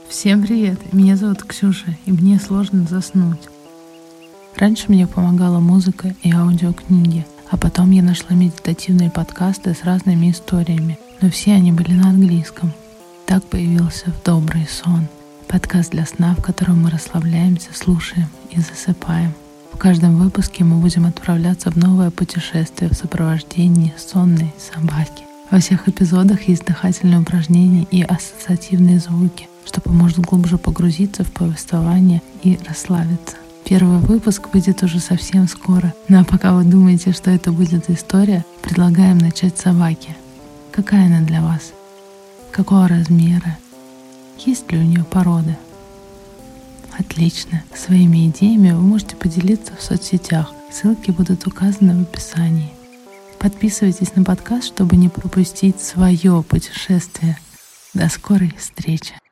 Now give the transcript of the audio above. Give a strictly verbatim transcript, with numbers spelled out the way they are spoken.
Всем привет! Меня зовут Ксюша, и мне сложно заснуть. Раньше мне помогала музыка и аудиокниги, а потом я нашла медитативные подкасты с разными историями, но все они были на английском. Так появился «В добрый сон» — подкаст для сна, в котором мы расслабляемся, слушаем и засыпаем. В каждом выпуске мы будем отправляться в новое путешествие в сопровождении сонной собаки. Во всех эпизодах есть дыхательные упражнения и ассоциативные звуки, что поможет глубже погрузиться в повествование и расслабиться. Первый выпуск выйдет уже совсем скоро, ну а пока вы думаете, что это будет за история, предлагаем начать с собаки. Какая она для вас? Какого размера? Есть ли у нее породы? Отлично. Своими идеями вы можете поделиться в соцсетях. Ссылки будут указаны в описании. Подписывайтесь на подкаст, чтобы не пропустить свое путешествие. До скорой встречи!